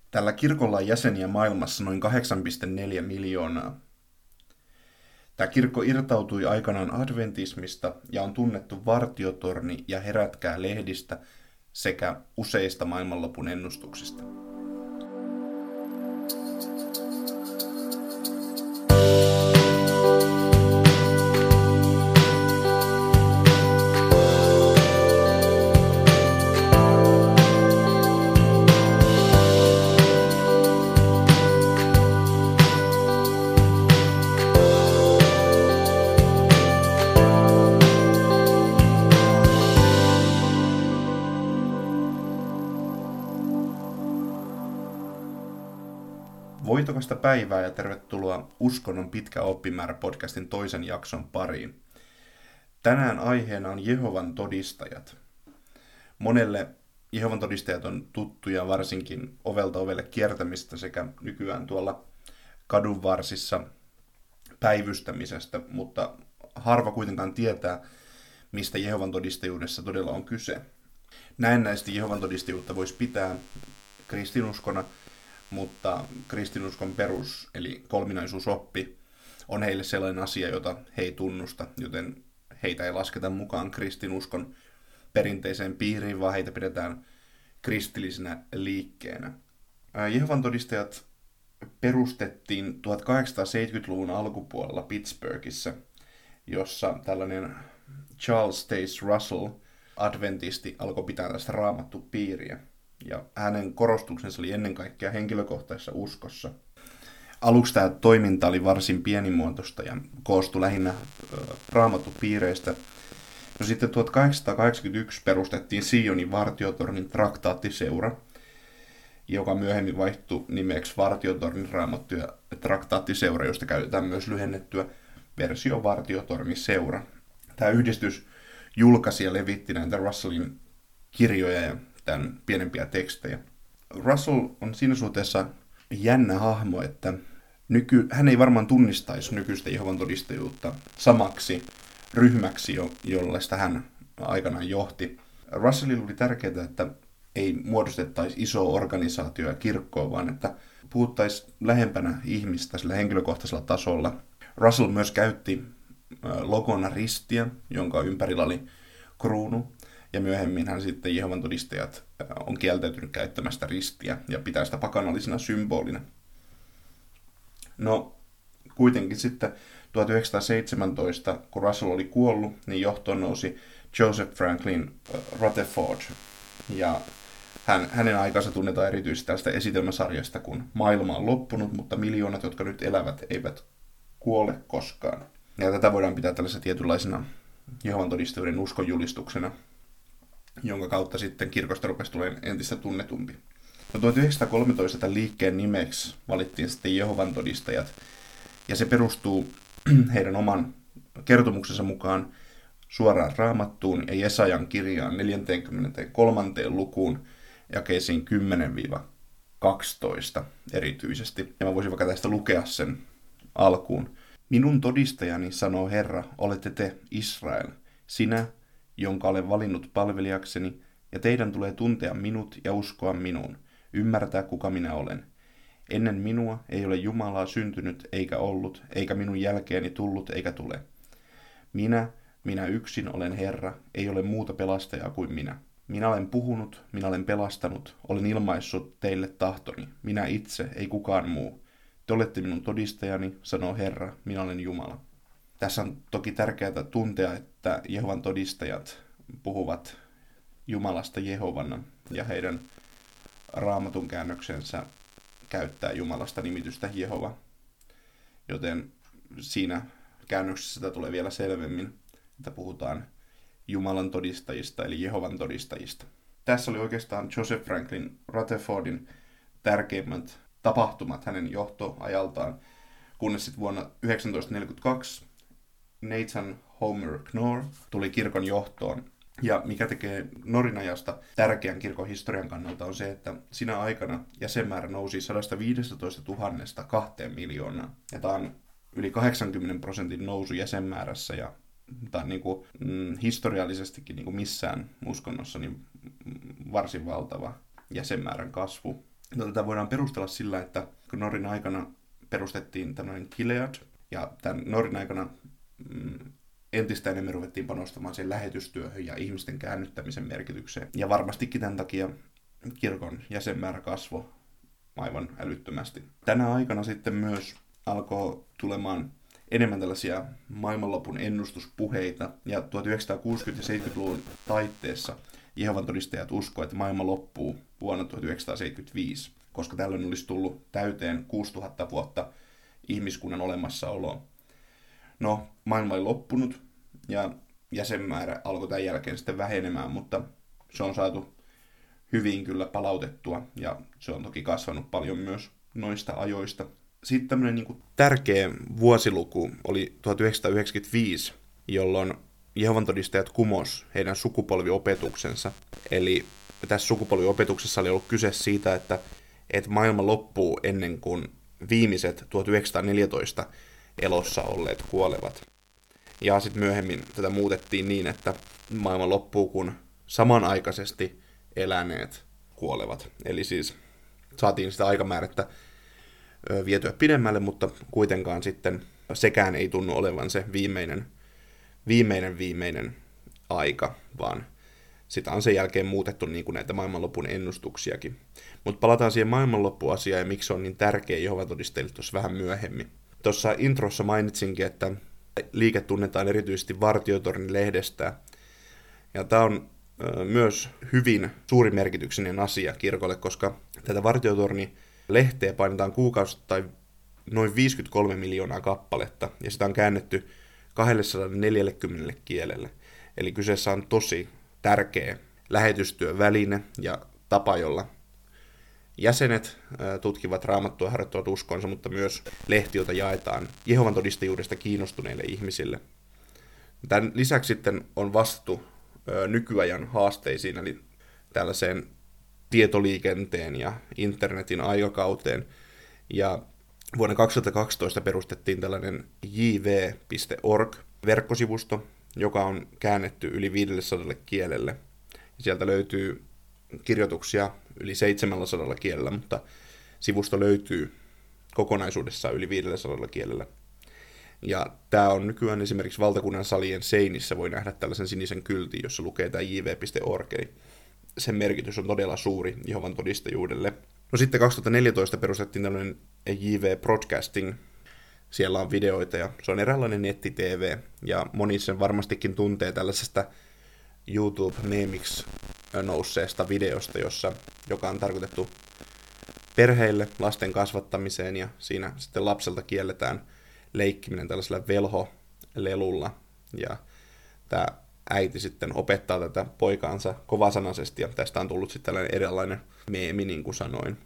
Tällä kirkolla on jäseniä maailmassa noin 8,4 miljoonaa. Tämä kirkko irtautui aikanaan adventismista ja on tunnettu vartiotorni- ja herätkää lehdistä sekä useista maailmanlopun ennustuksista. Voitokasta päivää ja tervetuloa Uskonnon pitkä oppimäärä podcastin toisen jakson pariin. Tänään aiheena on Jehovan todistajat. Monelle Jehovan todistajat on tuttuja varsinkin ovelta ovelle kiertämistä sekä nykyään tuolla kadunvarsissa päivystämisestä, mutta harva kuitenkaan tietää, mistä Jehovan todistajuudessa todella on kyse. Näennäisesti Jehovan todistajuutta voisi pitää kristinuskona, mutta kristinuskon perus, eli kolminaisuusoppi, on heille sellainen asia, jota he ei tunnusta, joten heitä ei lasketa mukaan kristinuskon perinteiseen piiriin, vaan heitä pidetään kristillisenä liikkeenä. Jehovan todistajat perustettiin 1870-luvun alkupuolella Pittsburghissa, jossa tällainen Charles Taze Russell, adventisti, alkoi pitää tästä raamattupiiriä. Ja hänen korostuksensa oli ennen kaikkea henkilökohtaisessa uskossa. Aluksi tämä toiminta oli varsin pienimuotoista ja koostui lähinnä raamattupiireistä. No sitten 1881 perustettiin Sionin vartiotornin traktaattiseura, joka myöhemmin vaihtui nimeksi Vartiotornin raamattu- ja traktaattiseura, josta käytetään myös lyhennettyä versio Vartiotorniseura. Tämä yhdistys julkaisi ja levitti näitä Russellin kirjoja ja tämän pienempiä tekstejä. Russell on siinä suhteessa jännä hahmo, että hän ei varmaan tunnistaisi nykyistä Jehovan todistajuutta samaksi ryhmäksi, jollaista hän aikanaan johti. Russellille oli tärkeää, että ei muodostettaisi isoa organisaatioa ja kirkkoa, vaan että puhuttaisiin lähempänä ihmistä sillä henkilökohtaisella tasolla. Russell myös käytti logona ristiä, jonka ympärillä oli kruunu. Ja myöhemmin hän sitten Jehovan todistajat on kieltäytynyt käyttämästä ristiä ja pitää sitä pakanallisena symbolina. No, kuitenkin sitten 1917, kun Russell oli kuollut, niin johtoon nousi Joseph Franklin Rutherford. Ja hänen aikansa tunnetaan erityisesti tästä esitelmäsarjasta, kun maailma on loppunut, mutta miljoonat, jotka nyt elävät, eivät kuole koskaan. Ja tätä voidaan pitää tällaisena tietynlaisena Jehovan todistajuuden uskonjulistuksena, jonka kautta sitten kirkosta rupesi tulemaan entistä tunnetumpi. No 1913 tämän liikkeen nimeksi valittiin sitten Jehovan todistajat, ja se perustuu heidän oman kertomuksensa mukaan suoraan Raamattuun ja Jesajan kirjaan 43. lukuun jakeisiin 10-12 erityisesti. Ja mä voisin vaikka tästä lukea sen alkuun. Minun todistajani, sanoo Herra, olette te, Israel, sinä, jonka olen valinnut palvelijakseni, ja teidän tulee tuntea minut ja uskoa minuun, ymmärtää kuka minä olen. Ennen minua ei ole Jumalaa syntynyt eikä ollut, eikä minun jälkeeni tullut eikä tule. Minä yksin olen Herra, ei ole muuta pelastajaa kuin minä. Minä olen puhunut, minä olen pelastanut, olen ilmaissut teille tahtoni, minä itse, ei kukaan muu. Te olette minun todistajani, sanoo Herra, minä olen Jumala. Tässä on toki tärkeää tuntea, että Jehovan todistajat puhuvat Jumalasta Jehovana ja heidän raamatun käännöksensä käyttää Jumalasta nimitystä Jehova. Joten siinä käännöksessä sitä tulee vielä selvemmin, että puhutaan Jumalan todistajista eli Jehovan todistajista. Tässä oli oikeastaan Joseph Franklin Rutherfordin tärkeimmät tapahtumat hänen johtoajaltaan, kunnes sitten vuonna 1942 Nathan Homer Knorr tuli kirkon johtoon. Ja mikä tekee Knorrin ajasta tärkeän kirkon historian kannalta on se, että sinä aikana jäsenmäärä nousi 115 000 2 miljoonaan. Ja tämä on yli 80% nousu jäsenmäärässä ja tämä on historiallisestikin missään uskonnossa niin varsin valtava jäsenmäärän kasvu. No, tätä voidaan perustella sillä, että kun Norrin aikana perustettiin tämmöinen Gilead, ja tämän Norrin aikana entistä enemmän ruvettiin panostamaan siihen lähetystyöhön ja ihmisten käännyttämisen merkitykseen. Ja varmastikin tämän takia kirkon jäsenmäärä kasvoi aivan älyttömästi. Tänä aikana sitten myös alkoi tulemaan enemmän tällaisia maailmanlopun ennustuspuheita, ja 1960- ja 70-luvun taitteessa Jehovan todistajat uskoivat, että maailma loppuu vuonna 1975, koska tällöin olisi tullut täyteen 6000 vuotta ihmiskunnan olemassaoloa. No, maailma ei loppunut, ja jäsenmäärä alkoi tämän jälkeen sitten vähenemään, mutta se on saatu hyvin kyllä palautettua, ja se on toki kasvanut paljon myös noista ajoista. Sitten tämmöinen niin tärkeä vuosiluku oli 1995, jolloin Jehovan todistajat kumos heidän sukupolviopetuksensa. Eli tässä sukupolviopetuksessa oli ollut kyse siitä, että maailma loppuu ennen kuin viimeiset 1914 elossa olleet kuolevat. Ja sitten myöhemmin tätä muutettiin niin, että maailma loppuu, kun samanaikaisesti eläneet kuolevat. Eli siis saatiin sitä aikamäärättä vietyä pidemmälle, mutta kuitenkaan sitten sekään ei tunnu olevan se viimeinen aika, vaan sitä on sen jälkeen muutettu niin kuin näitä maailmanlopun ennustuksiakin. Mutta palataan siihen maailmanloppuasiaan ja miksi se on niin tärkeä Jehovan todistajille tuossa vähän myöhemmin. Tuossa introssa mainitsinkin, että liike tunnetaan erityisesti Vartiotorni-lehdestä, ja tämä on myös hyvin suuri merkityksinen asia kirkolle, koska tätä Vartiotorni-lehteä painetaan kuukausittain noin 53 miljoonaa kappaletta, ja sitä on käännetty 240 kielelle. Eli kyseessä on tosi tärkeä lähetystyöväline ja tapa, jolla jäsenet tutkivat Raamattua ja harjoittavat uskonsa, mutta myös lehti, jota jaetaan Jehovan todistajuudesta kiinnostuneille ihmisille. Tämän lisäksi sitten on vastattu nykyajan haasteisiin, eli tällaiseen tietoliikenteen ja internetin aikakauteen. Ja vuonna 2012 perustettiin tällainen jv.org-verkkosivusto, joka on käännetty yli 500 kielelle. Sieltä löytyy kirjoituksia yli 700 kielellä, mutta sivusto löytyy kokonaisuudessaan yli 500 kielellä. Ja tämä on nykyään esimerkiksi valtakunnan salien seinissä, voi nähdä tällaisen sinisen kyltin, jossa lukee tämä jv.org. Sen merkitys on todella suuri Jehovan todistajuudelle. No sitten 2014 perustettiin tällainen JV Broadcasting. Siellä on videoita ja se on eräänlainen netti-tv. Ja moni sen varmastikin tuntee tällaisesta YouTube-meemiksi nousseesta videosta, joka on tarkoitettu perheille, lasten kasvattamiseen, ja siinä sitten lapselta kielletään leikkiminen tällaisella velho-lelulla. Ja tämä äiti sitten opettaa tätä poikaansa kovasanaisesti, ja tästä on tullut sitten tällainen erilainen meemi, niin kuin sanoin.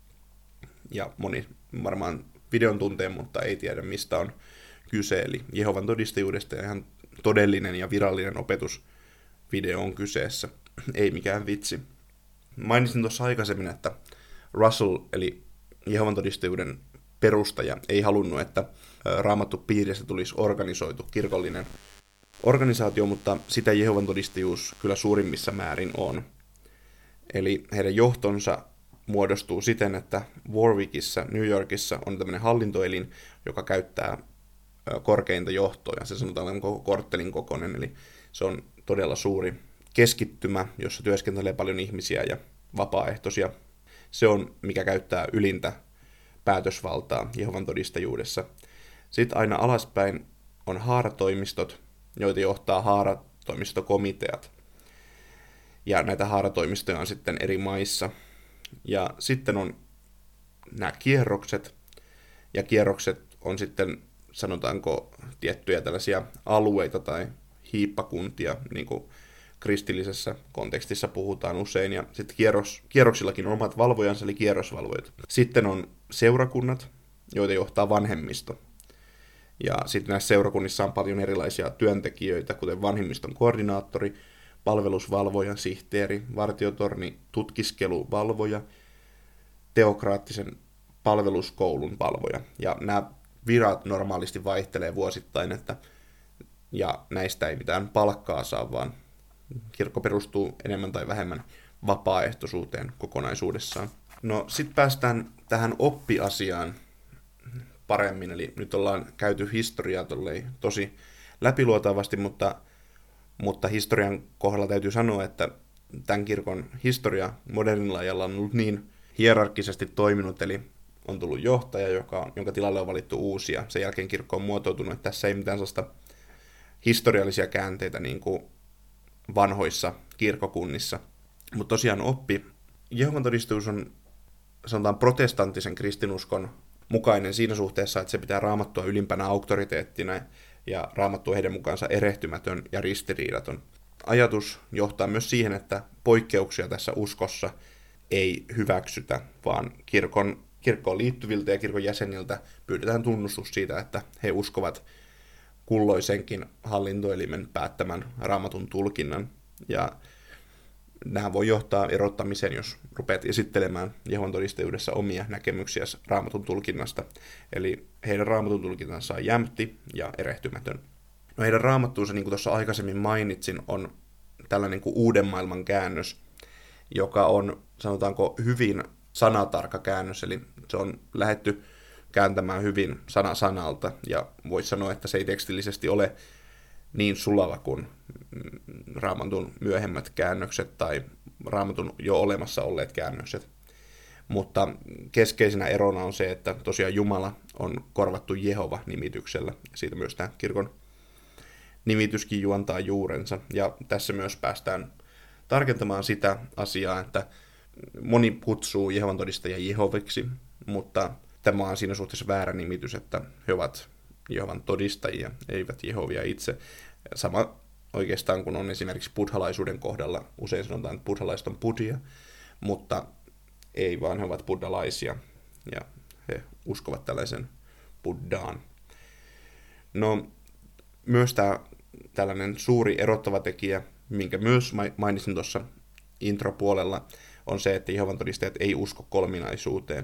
Ja moni varmaan videon tuntee, mutta ei tiedä, mistä on kyse. Eli Jehovan todistajuudesta, ja ihan todellinen ja virallinen opetusvideo on kyseessä. Ei mikään vitsi. Mainitsin tuossa aikaisemmin, että Russell, eli Jehovan todistajuuden perustaja, ei halunnut, että Raamattu piirissä tulisi organisoitu kirkollinen organisaatio, mutta sitä Jehovan todistajuus kyllä suurimmissa määrin on. Eli heidän johtonsa muodostuu siten, että Warwickissa, New Yorkissa on tämmöinen hallintoelin, joka käyttää korkeinta johtoa, ja se sanotaan koko korttelin kokoinen, eli se on todella suuri keskittymä, jossa työskentelee paljon ihmisiä ja vapaaehtoisia. Se on, mikä käyttää ylintä päätösvaltaa Jehovan todistajuudessa. Sitten aina alaspäin on haaratoimistot, joita johtaa haaratoimistokomiteat. Ja näitä haaratoimistoja on sitten eri maissa. Ja sitten on nämä kierrokset. Ja kierrokset on sitten, sanotaanko, tiettyjä tällaisia alueita tai hiippakuntia, niin kuin kristillisessä kontekstissa puhutaan usein. Ja sitten kierroksillakin on omat valvojansa, eli kierrosvalvojat. Sitten on seurakunnat, joita johtaa vanhemmisto. Ja sitten näissä seurakunnissa on paljon erilaisia työntekijöitä, kuten vanhemmiston koordinaattori, palvelusvalvoja, sihteeri, vartiotorni, tutkiskeluvalvoja, teokraattisen palveluskoulun valvoja. Ja nämä virat normaalisti vaihtelee vuosittain, ja näistä ei mitään palkkaa saa, vaan kirkko perustuu enemmän tai vähemmän vapaaehtoisuuteen kokonaisuudessaan. No sit päästään tähän oppiasiaan paremmin, eli nyt ollaan käyty historiaa tosi läpiluotavasti, mutta historian kohdalla täytyy sanoa, että tämän kirkon historia modernilla ajalla on ollut niin hierarkkisesti toiminut, eli on tullut johtaja, jonka tilalle on valittu uusia. Sen jälkeen kirkko on muotoutunut, että tässä ei mitään sellaista historiallisia käänteitä niin kuin vanhoissa kirkkokunnissa. Mutta tosiaan Jehovan todistus on sanotaan protestanttisen kristinuskon mukainen siinä suhteessa, että se pitää Raamattua ylimpänä auktoriteettina ja Raamattu heidän mukaansa erehtymätön ja ristiriidaton. Ajatus johtaa myös siihen, että poikkeuksia tässä uskossa ei hyväksytä, vaan kirkkoon liittyviltä ja kirkon jäseniltä pyydetään tunnustus siitä, että he uskovat kulloisenkin hallintoelimen päättämän Raamatun tulkinnan. Ja nämä voi johtaa erottamiseen, jos rupeat esittelemään Jehovan todistajuudessa omia näkemyksiä Raamatun tulkinnasta. Eli heidän Raamatun tulkintansa on jämpti ja erehtymätön. No heidän Raamattuunsa, niin kuin tuossa aikaisemmin mainitsin, on tällainen kuin uuden maailman käännös, joka on, sanotaanko, hyvin sanatarkka käännös, eli se on lähdetty kääntämään hyvin sana sanalta, ja voisi sanoa, että se ei tekstillisesti ole niin sulava kuin Raamatun myöhemmät käännökset tai Raamatun jo olemassa olleet käännökset. Mutta keskeisenä erona on se, että tosiaan Jumala on korvattu Jehova-nimityksellä. Siitä myös tämä kirkon nimityskin juontaa juurensa. Ja tässä myös päästään tarkentamaan sitä asiaa, että moni kutsuu Jehovan todistajia Jehoviksi, mutta tämä on siinä suhteessa väärä nimitys, että he ovat Jehovan todistajia, eivät Jehovia itse. Sama oikeastaan kun on esimerkiksi buddhalaisuuden kohdalla. Usein sanotaan, että buddhalaiset on buddhia, mutta ei vaan he ovat buddhalaisia ja he uskovat tällaisen buddhaan. No myös tällainen suuri erottava tekijä, minkä myös mainitsin tuossa intropuolella, on se, että Jehovan todistajat ei usko kolminaisuuteen.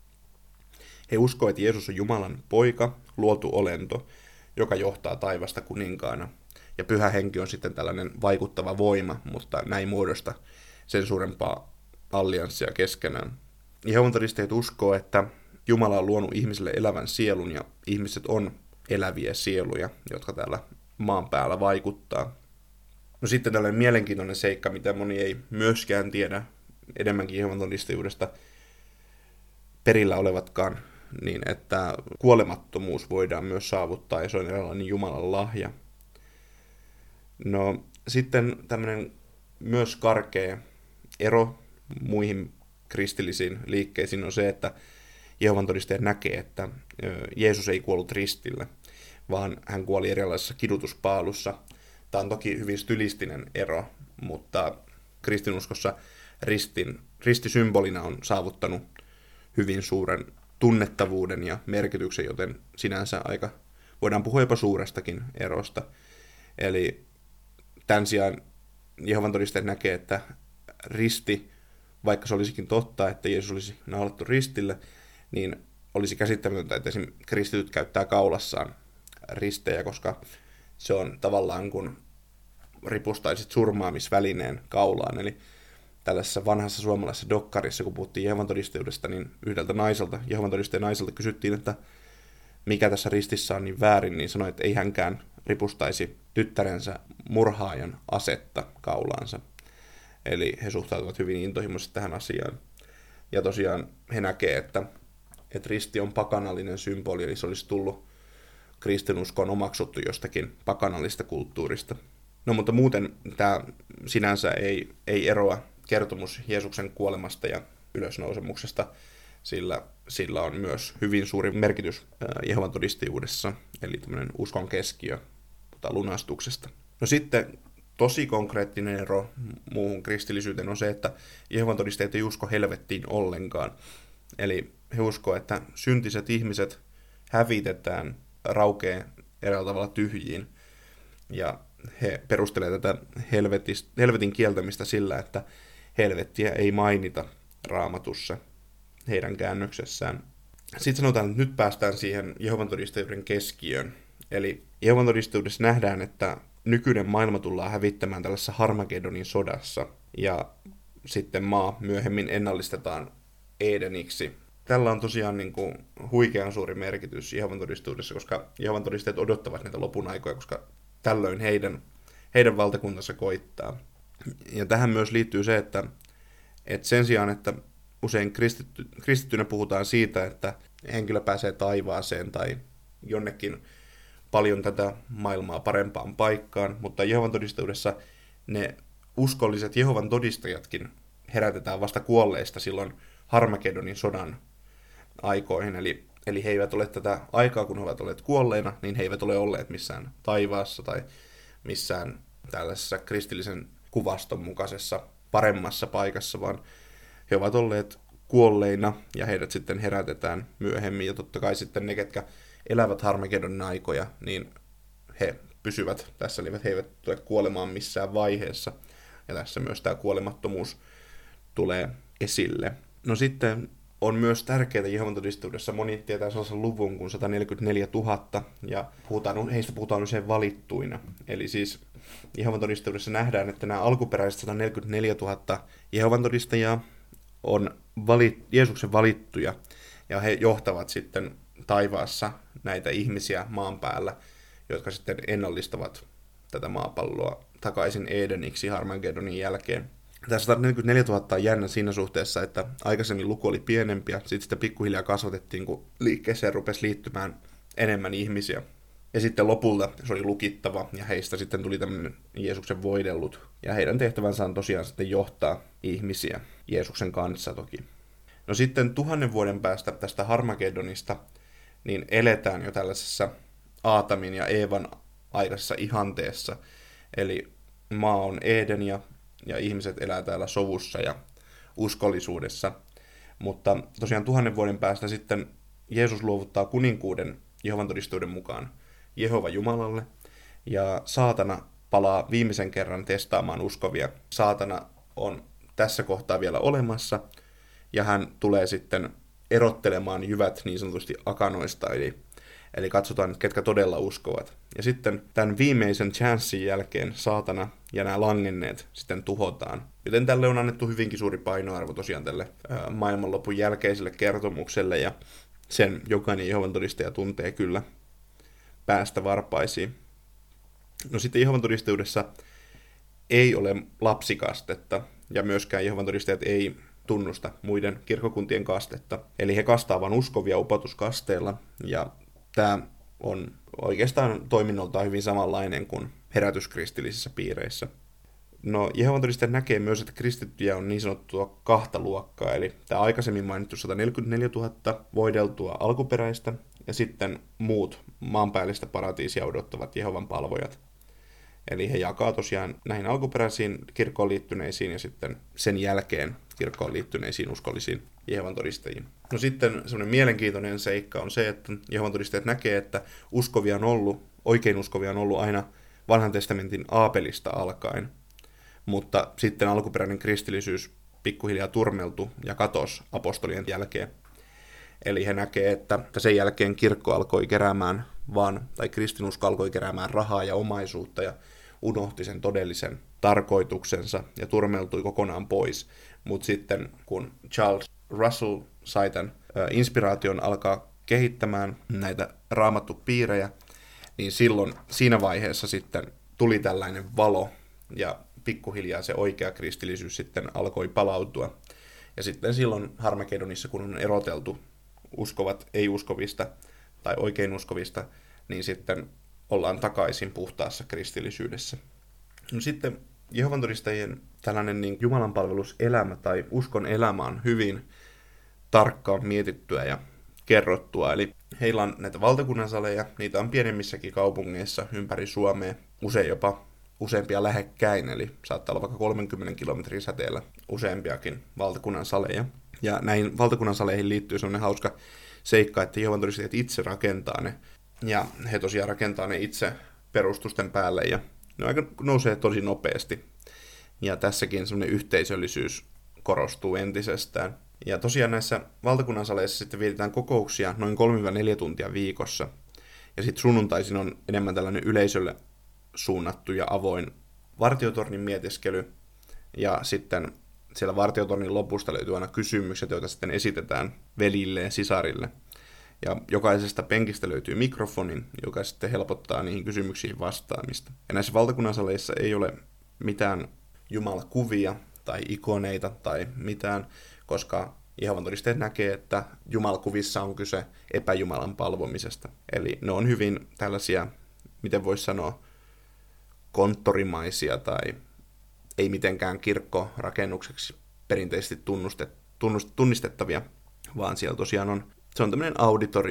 He uskovat, että Jeesus on Jumalan poika, luotu olento, joka johtaa taivasta kuninkaana. Ja Pyhä Henki on sitten tällainen vaikuttava voima, mutta näin muodosta sen suurempaa allianssia keskenään. Jehovan todistajat uskoo, että Jumala on luonut ihmiselle elävän sielun ja ihmiset on eläviä sieluja, jotka täällä maan päällä vaikuttaa. No sitten tällainen mielenkiintoinen seikka, mitä moni ei myöskään tiedä enemmänkin Jehovan todistajuudesta perillä olevatkaan, niin että kuolemattomuus voidaan myös saavuttaa ja se on eräänlainen Jumalan lahja. No sitten tämmöinen myös karkea ero muihin kristillisiin liikkeisiin on se, että Jehovan todistajat näkee, että Jeesus ei kuollut ristille, vaan hän kuoli erilaisessa kidutuspaalussa. Tämä on toki hyvin stylistinen ero, mutta kristinuskossa risti symbolina on saavuttanut hyvin suuren tunnettavuuden ja merkityksen, joten sinänsä voidaan puhua jopa suurestakin erosta. Eli tämän sijaan Jehovan todistajat näkee, että risti, vaikka se olisikin totta, että Jeesus olisi naulattu ristille, niin olisi käsittämätöntä, että esimerkiksi kristityt käyttää kaulassaan ristejä, koska se on tavallaan kuin ripustaisit surmaamisvälineen kaulaan. Eli tällaisessa vanhassa suomalaisessa dokkarissa, kun puhuttiin Jehovan todistajuudesta, niin yhdeltä Jehovan todistajan naiselta kysyttiin, että mikä tässä ristissä on niin väärin, niin sanoi, että ei hänkään ripustaisi tyttärensä murhaajan asetta kaulaansa. Eli he suhtautuvat hyvin intohimoisesti tähän asiaan. Ja tosiaan he näkee, että risti on pakanallinen symboli, eli se olisi tullut kristinuskoon omaksuttu jostakin pakanallista kulttuurista. No mutta muuten tämä sinänsä ei eroa kertomus Jeesuksen kuolemasta ja ylösnousemuksesta, sillä sillä on myös hyvin suuri merkitys Jehovan todistajuudessa, eli tämmöinen uskon keskiö lunastuksesta. No sitten tosi konkreettinen ero muuhun kristillisyyteen on se, että Jehovan todistajat ei usko helvettiin ollenkaan. Eli he uskoo, että syntiset ihmiset hävitetään, raukee eräällä tavalla tyhjiin. Ja he perustelevat tätä helvetin kieltämistä sillä, että helvettiä ei mainita Raamatussa heidän käännöksessään. Sitten sanotaan, että nyt päästään siihen Jehovan todistajuuden keskiöön. Eli Jehovan todistajuudessa nähdään, että nykyinen maailma tullaan hävittämään tällaisessa Harmagedonin sodassa. Ja sitten maa myöhemmin ennallistetaan Edeniksi. Tällä on tosiaan niin kuin huikean suuri merkitys Jehovan todistuudessa, koska Jehovan todistajat odottavat näitä lopun aikoja, koska tällöin heidän valtakuntansa koittaa. Ja tähän myös liittyy se, että sen sijaan, että usein kristittynä puhutaan siitä, että henkilö pääsee taivaaseen tai jonnekin paljon tätä maailmaa parempaan paikkaan, mutta Jehovan todistajuudessa ne uskolliset Jehovan todistajatkin herätetään vasta kuolleista silloin Harmagedonin sodan aikoihin, eli he eivät ole tätä aikaa, kun he ovat olleet kuolleina, niin he eivät ole olleet missään taivaassa tai missään tällaisessa kristillisen kuvaston mukaisessa paremmassa paikassa, vaan he ovat olleet kuolleina ja heidät sitten herätetään myöhemmin. Ja totta kai sitten ne, ketkä elävät Harmagedonin aikoja, niin he pysyvät tässä, eli he eivät tule kuolemaan missään vaiheessa. Ja tässä myös tämä kuolemattomuus tulee esille. No sitten on myös tärkeää Jehovan todistajuudessa, moni tietää sellaisen luvun kuin 144 000, ja heistä puhutaan usein valittuina. Eli siis Jehovan todistajuudessa nähdään, että nämä alkuperäiset 144 000 Jehovan todistajaa on Jeesuksen valittuja, ja he johtavat sitten taivaassa näitä ihmisiä maan päällä, jotka sitten ennallistavat tätä maapalloa takaisin Edeniksi Harmagedonin jälkeen. Tämä 144 000 on jännä siinä suhteessa, että aikaisemmin luku oli pienempi, ja sitten sitä pikkuhiljaa kasvatettiin, kun liikkeeseen rupesi liittymään enemmän ihmisiä. Ja sitten lopulta se oli lukittava, ja heistä sitten tuli tämmöinen Jeesuksen voidellut. Ja heidän tehtävänsä on tosiaan sitten johtaa ihmisiä Jeesuksen kanssa toki. No sitten 1000 vuoden päästä tästä Harmagedonista, niin eletään jo tällaisessa Aatamin ja Eevan aikaisessa ihanteessa. Eli maa on Eden ja ihmiset elää täällä sovussa ja uskollisuudessa. Mutta tosiaan 1000 vuoden päästä sitten Jeesus luovuttaa kuninkuuden Jehovan todistajuuden mukaan Jehova Jumalalle, ja saatana palaa viimeisen kerran testaamaan uskovia. Saatana on tässä kohtaa vielä olemassa, ja hän tulee sitten erottelemaan jyvät niin sanotusti akanoista, eli katsotaan, ketkä todella uskovat. Ja sitten tämän viimeisen chanssin jälkeen saatana ja nämä langenneet sitten tuhotaan. Joten tälle on annettu hyvinkin suuri painoarvo tosiaan tälle maailmanlopun jälkeiselle kertomukselle, ja sen jokainen Jehovan todistaja tuntee kyllä päästä varpaisiin. No sitten Jehovan todistajuudessa ei ole lapsikastetta, ja myöskään Jehovan todistajat ei tunnusta muiden kirkkokuntien kastetta. Eli he kastaa vain uskovia upotuskasteella, ja tämä on oikeastaan toiminnoltaan hyvin samanlainen kuin herätyskristillisissä piireissä. No, Jehovan todistajat näkee myös, että kristittyjä on niin sanottua kahta luokkaa, eli tämä aikaisemmin mainittu 144 000 voideltua alkuperäistä, ja sitten muut maanpäällistä paratiisia odottavat Jehovan palvojat. Eli he jakaa tosiaan näihin alkuperäisiin kirkkoon liittyneisiin ja sitten sen jälkeen kirkkoon liittyneisiin uskollisiin Jehovan todistajiin. No sitten semmoinen mielenkiintoinen seikka on se, että Jehovan todistajat näkee, että oikein uskovia on ollut aina vanhan testamentin Aapelista alkaen, mutta sitten alkuperäinen kristillisyys pikkuhiljaa turmeltu ja katosi apostolien jälkeen. Eli he näkee, että sen jälkeen kirkko alkoi keräämään tai kristinusko alkoi keräämään rahaa ja omaisuutta ja unohti sen todellisen tarkoituksensa ja turmeltui kokonaan pois. Mutta sitten kun Charles Russell sai tämän inspiraation alkaa kehittämään näitä raamattupiirejä, niin silloin siinä vaiheessa sitten tuli tällainen valo ja pikkuhiljaa se oikea kristillisyys sitten alkoi palautua. Ja sitten silloin Harmagedonissa, kun on eroteltu uskovat ei-uskovista tai oikein uskovista, niin sitten ollaan takaisin puhtaassa kristillisyydessä. No sitten Jehovan todistajien tällainen niin jumalanpalveluselämä tai uskon elämä on hyvin tarkkaan mietittyä ja kerrottua. Eli heillä on näitä valtakunnansaleja, niitä on pienemmissäkin kaupungeissa ympäri Suomea, usein jopa useampia lähekkäin, eli saattaa olla vaikka 30 kilometrin säteellä useampiakin valtakunnansaleja. Ja näihin valtakunnansaleihin liittyy sellainen hauska seikka, että Jehovan todistajat itse rakentaa ne. Ja he tosiaan rakentaa ne itse perustusten päälle, ja ne nousee tosi nopeasti. Ja tässäkin semmoinen yhteisöllisyys korostuu entisestään. Ja tosiaan näissä valtakunnansaleissa sitten vietetään kokouksia noin 3-4 tuntia viikossa. Ja sitten sunnuntaisin on enemmän tällainen yleisölle suunnattu ja avoin vartiotornin mietiskely. Ja sitten siellä vartiotornin lopusta löytyy aina kysymykset, joita sitten esitetään velille ja sisarille. Ja jokaisesta penkistä löytyy mikrofoni, joka sitten helpottaa niihin kysymyksiin vastaamista. Ja näissä valtakunnansaleissa ei ole mitään jumalakuvia tai ikoneita tai mitään, koska Jehovan todistajat näkee, että jumalakuvissa on kyse epäjumalan palvomisesta. Eli ne on hyvin tällaisia, miten voisi sanoa, konttorimaisia tai ei mitenkään kirkkorakennukseksi perinteisesti tunnistettavia, vaan siellä tosiaan se on tämmöinen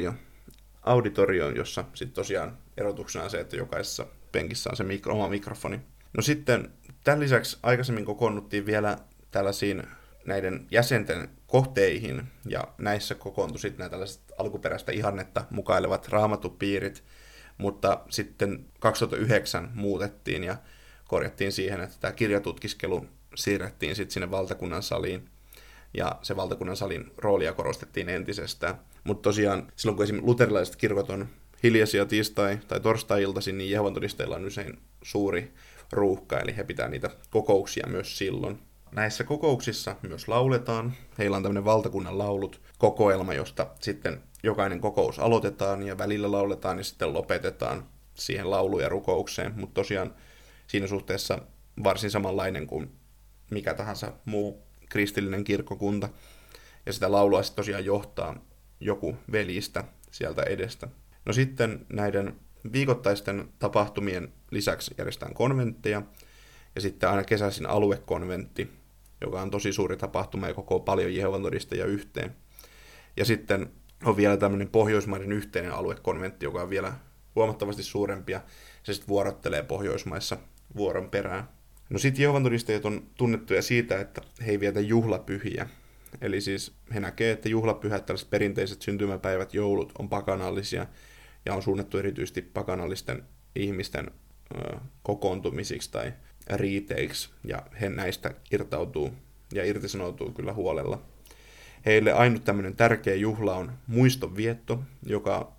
auditorio, jossa sitten tosiaan erotuksena on se, että jokaisessa penkissä on se oma mikrofoni. No sitten tämän lisäksi aikaisemmin kokoonnuttiin vielä tällaisiin näiden jäsenten kohteihin, ja näissä kokoontui sitten nämä tällaiset alkuperäistä ihannetta mukailevat raamatupiirit, mutta sitten 2009 muutettiin ja korjattiin siihen, että tämä kirjatutkiskelu siirrettiin sitten sinne valtakunnan saliin, ja se valtakunnan salin roolia korostettiin entisestään. Mutta tosiaan silloin, kun esimerkiksi luterilaiset kirkot on hiljaisia tiistai- tai torstai-iltaisin, niin Jehovan todistajilla on usein suuri ruuhka, eli he pitää niitä kokouksia myös silloin. Näissä kokouksissa myös lauletaan. Heillä on tämmöinen valtakunnan laulut kokoelma, josta sitten jokainen kokous aloitetaan ja välillä lauletaan ja sitten lopetetaan siihen laulu- ja rukoukseen. Mutta tosiaan siinä suhteessa varsin samanlainen kuin mikä tahansa muu kristillinen kirkkokunta. Ja sitä laulua sitten tosiaan johtaa joku veljistä sieltä edestä. No sitten näiden viikoittaisten tapahtumien lisäksi järjestetään konventteja. Ja sitten aina kesäisin aluekonventti, joka on tosi suuri tapahtuma ja kokoo paljon Jehovan todistajia yhteen. Ja sitten on vielä tämmöinen Pohjoismaiden yhteinen aluekonventti, joka on vielä huomattavasti suurempi, ja se sitten vuorottelee Pohjoismaissa vuoron perään. No sitten Jehovan todistajat on tunnettuja siitä, että he ei vietä juhlapyhiä. Eli siis he näkee, että juhlapyhät, tällaiset perinteiset syntymäpäivät, joulut on pakanallisia ja on suunnattu erityisesti pakanallisten ihmisten kokoontumisiksi tai riiteiksi, ja he näistä irtautuu ja irtisanoutuu kyllä huolella. Heille ainut tämmöinen tärkeä juhla on muistonvietto, joka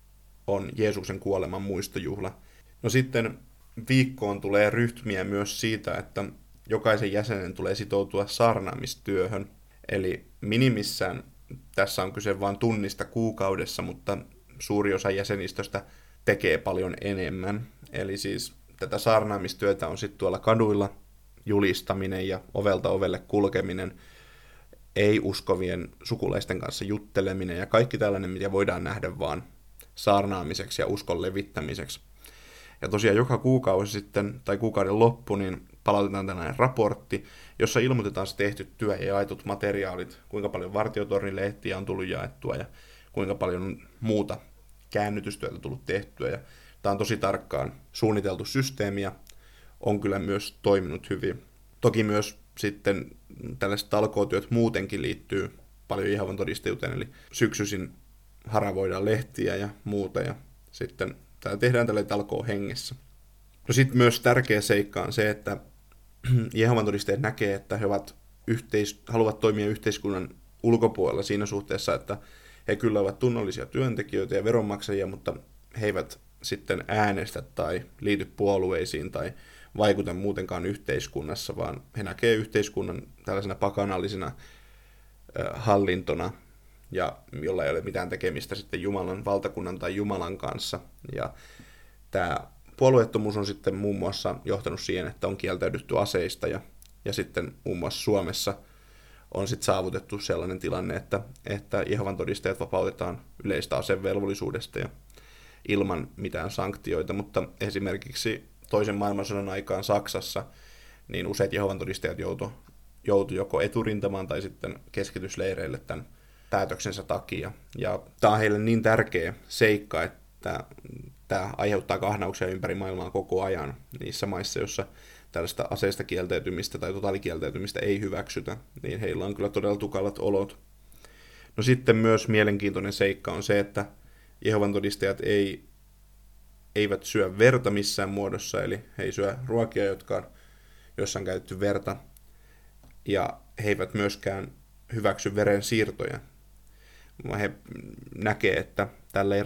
on Jeesuksen kuoleman muistojuhla. No sitten viikkoon tulee rytmiä myös siitä, että jokaisen jäsenen tulee sitoutua saarnaamistyöhön. Eli minimissään tässä on kyse vain tunnista kuukaudessa, mutta suuri osa jäsenistöstä tekee paljon enemmän. Eli siis tätä saarnaamistyötä on sitten tuolla kaduilla julistaminen ja ovelta ovelle kulkeminen, ei-uskovien sukulaisten kanssa jutteleminen ja kaikki tällainen, mitä voidaan nähdä vaan saarnaamiseksi ja uskon levittämiseksi. Ja tosiaan joka kuukausi sitten, tai kuukauden loppu, niin palautetaan tällainen raportti, jossa ilmoitetaan se tehty työ ja jaetut materiaalit, kuinka paljon vartiotornin lehtiä on tullut jaettua ja kuinka paljon muuta käännytystyötä tullut tehtyä. Ja tämä on tosi tarkkaan suunniteltu systeemi ja on kyllä myös toiminut hyvin. Toki myös sitten tällaiset talkootyöt muutenkin liittyy paljon Jehovan todistajuuteen, eli syksyisin haravoidaan lehtiä ja muuta, ja sitten tämä tehdään tällä talkoo hengessä. No sitten myös tärkeä seikka on se, että Jehovan todistajat näkee, että he haluavat toimia yhteiskunnan ulkopuolella siinä suhteessa, että he kyllä ovat tunnollisia työntekijöitä ja veronmaksajia, mutta he eivät sitten äänestä tai liity puolueisiin tai vaikuta muutenkaan yhteiskunnassa, vaan he näkee yhteiskunnan tällaisena pakanallisena hallintona, ja jolla ei ole mitään tekemistä sitten Jumalan valtakunnan tai Jumalan kanssa. Ja tämä puolueettomuus on sitten muun muassa johtanut siihen, että on kieltäydytty aseista, ja sitten muun muassa Suomessa on sitten saavutettu sellainen tilanne, että Jehovan todistajat vapautetaan yleistä asevelvollisuudesta ja ilman mitään sanktioita, mutta esimerkiksi toisen maailmansodan aikaan Saksassa niin useat Jehovan todistajat joutui joko eturintamaan tai sitten keskitysleireille tämän päätöksensä takia. Ja tämä on heille niin tärkeä seikka, että tämä aiheuttaa kahnauksia ympäri maailmaa koko ajan niissä maissa, joissa tällaista aseista kieltäytymistä tai totaalikieltäytymistä ei hyväksytä, niin heillä on kyllä todella tukalat olot. No sitten myös mielenkiintoinen seikka on se, että Jehovan todistajat eivät syö verta missään muodossa, eli he ei syö ruokia, joissa on käytetty verta, ja he eivät myöskään hyväksy veren siirtoja. He näkee, että tälleen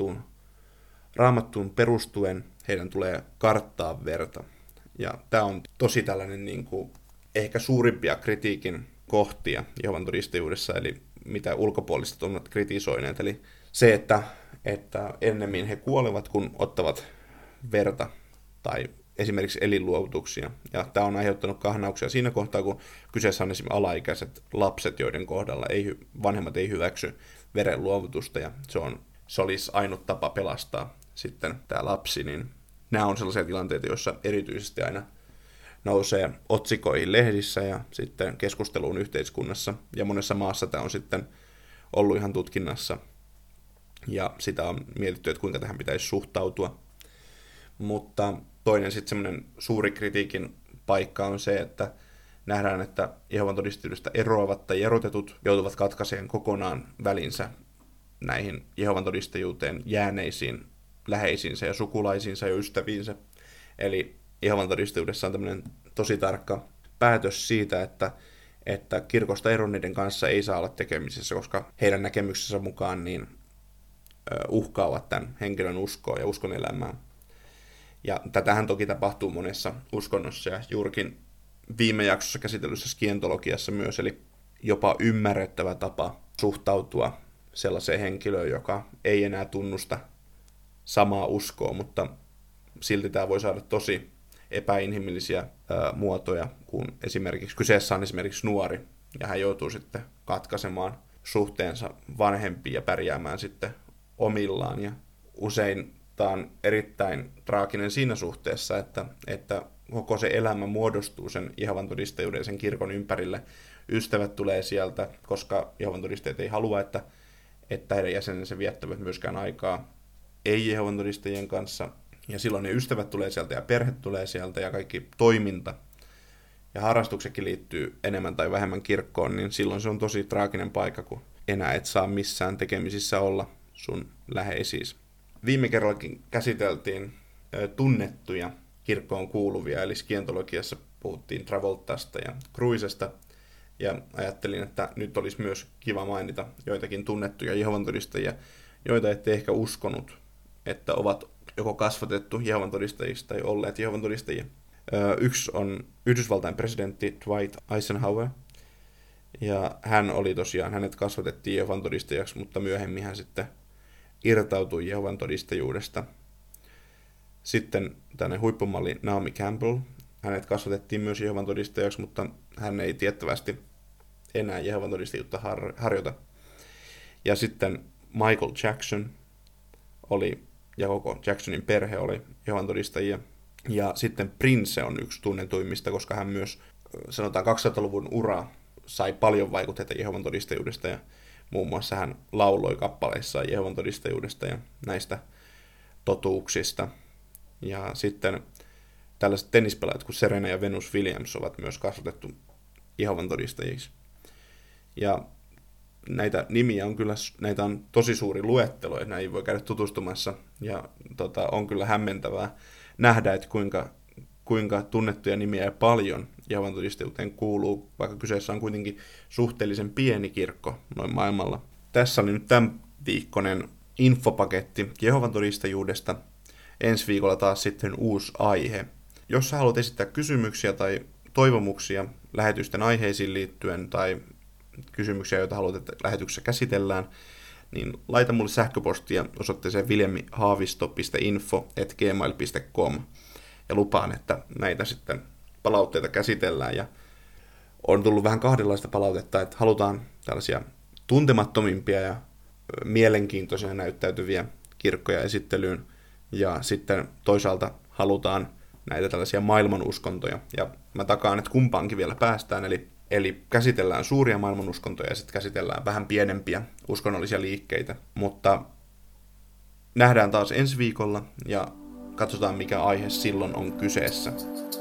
raamattuun perustuen heidän tulee karttaa verta. Ja tämä on tosi tällainen niin kuin ehkä suurimpia kritiikin kohtia Jehovan todistajuudessa, eli mitä ulkopuoliset ovat kritisoineet, eli se, että ennemmin he kuolevat, kun ottavat verta tai esimerkiksi elinluovutuksia. Ja tämä on aiheuttanut kahnauksia siinä kohtaa, kun kyseessä on esimerkiksi alaikäiset lapset, joiden kohdalla vanhemmat ei hyväksy verenluovutusta, ja se olisi ainut tapa pelastaa sitten tämä lapsi. Niin nämä on sellaisia tilanteita, joissa erityisesti aina nousee otsikoihin lehdissä ja sitten keskusteluun yhteiskunnassa. Ja monessa maassa tämä on sitten ollut ihan tutkinnassa. Ja sitä on mietitty, että kuinka tähän pitäisi suhtautua. Mutta toinen sitten semmoinen suuri kritiikin paikka on se, että nähdään, että Jehovan todistajuudesta eroavat tai erotetut joutuvat katkaiseen kokonaan välinsä näihin Jehovan todistajuuteen jääneisiin läheisiinsä ja sukulaisiinsa ja ystäviinsä. Eli Jehovan todistajuudessa on tämmöinen tosi tarkka päätös siitä, että kirkosta eronneiden kanssa ei saa olla tekemisissä, koska heidän näkemyksensä mukaan niin uhkaavat tämän henkilön uskoa ja uskon elämää. Ja tätähän toki tapahtuu monessa uskonnossa ja juurikin viime jaksossa käsitellyssä skientologiassa myös, eli jopa ymmärrettävä tapa suhtautua sellaiseen henkilöön, joka ei enää tunnusta samaa uskoa, mutta silti tämä voi saada tosi epäinhimillisiä muotoja, kun kyseessä on esimerkiksi nuori, ja hän joutuu sitten katkaisemaan suhteensa vanhempiin ja pärjäämään sitten omillaan, ja usein tämä on erittäin traaginen siinä suhteessa, että koko se elämä muodostuu sen Jehovan todistajuuden sen kirkon ympärille. Ystävät tulee sieltä, koska Jehovan todistajat ei halua, että heidän jäsenensä viettävät myöskään aikaa ei-Jehovan todistajien kanssa. Ja silloin ne ystävät tulee sieltä ja perhe tulee sieltä ja kaikki toiminta ja harrastuksetkin liittyy enemmän tai vähemmän kirkkoon, niin silloin se on tosi traaginen paikka, kun enää et saa missään tekemisissä olla sun läheisiis. Viime kerrallakin käsiteltiin tunnettuja kirkkoon kuuluvia, eli skientologiassa puhuttiin Travoltasta ja Cruisesta, ja ajattelin, että nyt olisi myös kiva mainita joitakin tunnettuja Jehovan todistajia, joita ette ehkä uskonut, että ovat joko kasvatettu Jehovan todistajista tai olleet Jehovan todistajia. Yksi on Yhdysvaltain presidentti Dwight Eisenhower, ja hänet kasvatettiin Jehovan todistajaksi, mutta myöhemmin hän sitten irtautui Jehovan todistajuudesta. Sitten tänne huippumalli Naomi Campbell, hänet kasvatettiin myös Jehovan todistajaksi, mutta hän ei tiettävästi enää Jehovan todistajuutta harjoita. Ja sitten Michael Jackson ja koko Jacksonin perhe oli Jehovan todistajia. Ja sitten Prince on yksi tunnetuimmista, koska hän myös, sanotaan 200-luvun ura, sai paljon vaikutteita Jehovan todistajuudesta, ja muun muassa hän lauloi kappaleissaan Jehovan todistajuudesta ja näistä totuuksista. Ja sitten tällaiset tennispelaajat kuin Serena ja Venus Williams ovat myös kasvatettu Jehovan todistajiksi. Ja näitä nimiä näitä on tosi suuri luettelo, että näihin voi käydä tutustumassa. Ja on kyllä hämmentävää nähdä, että kuinka tunnettuja nimiä ja paljon Jehovan todistajuuteen kuuluu, vaikka kyseessä on kuitenkin suhteellisen pieni kirkko noin maailmalla. Tässä oli nyt tämän viikkoinen infopaketti Jehovan todistajuudesta. Ensi viikolla taas sitten uusi aihe. Jos sä haluat esittää kysymyksiä tai toivomuksia lähetysten aiheisiin liittyen tai kysymyksiä, joita haluat, että lähetyksessä käsitellään, niin laita mulle sähköpostia osoitteeseen viljamihaavisto.info@gmail.com ja lupaan, että näitä sitten palautteita käsitellään. Ja on tullut vähän kahdenlaista palautetta, että halutaan tällaisia tuntemattomimpia ja mielenkiintoisia näyttäytyviä kirkkoja esittelyyn, ja sitten toisaalta halutaan näitä tällaisia maailmanuskontoja, ja mä takaan, että kumpaankin vielä päästään, eli käsitellään suuria maailmanuskontoja ja sitten käsitellään vähän pienempiä uskonnollisia liikkeitä, mutta nähdään taas ensi viikolla ja katsotaan mikä aihe silloin on kyseessä.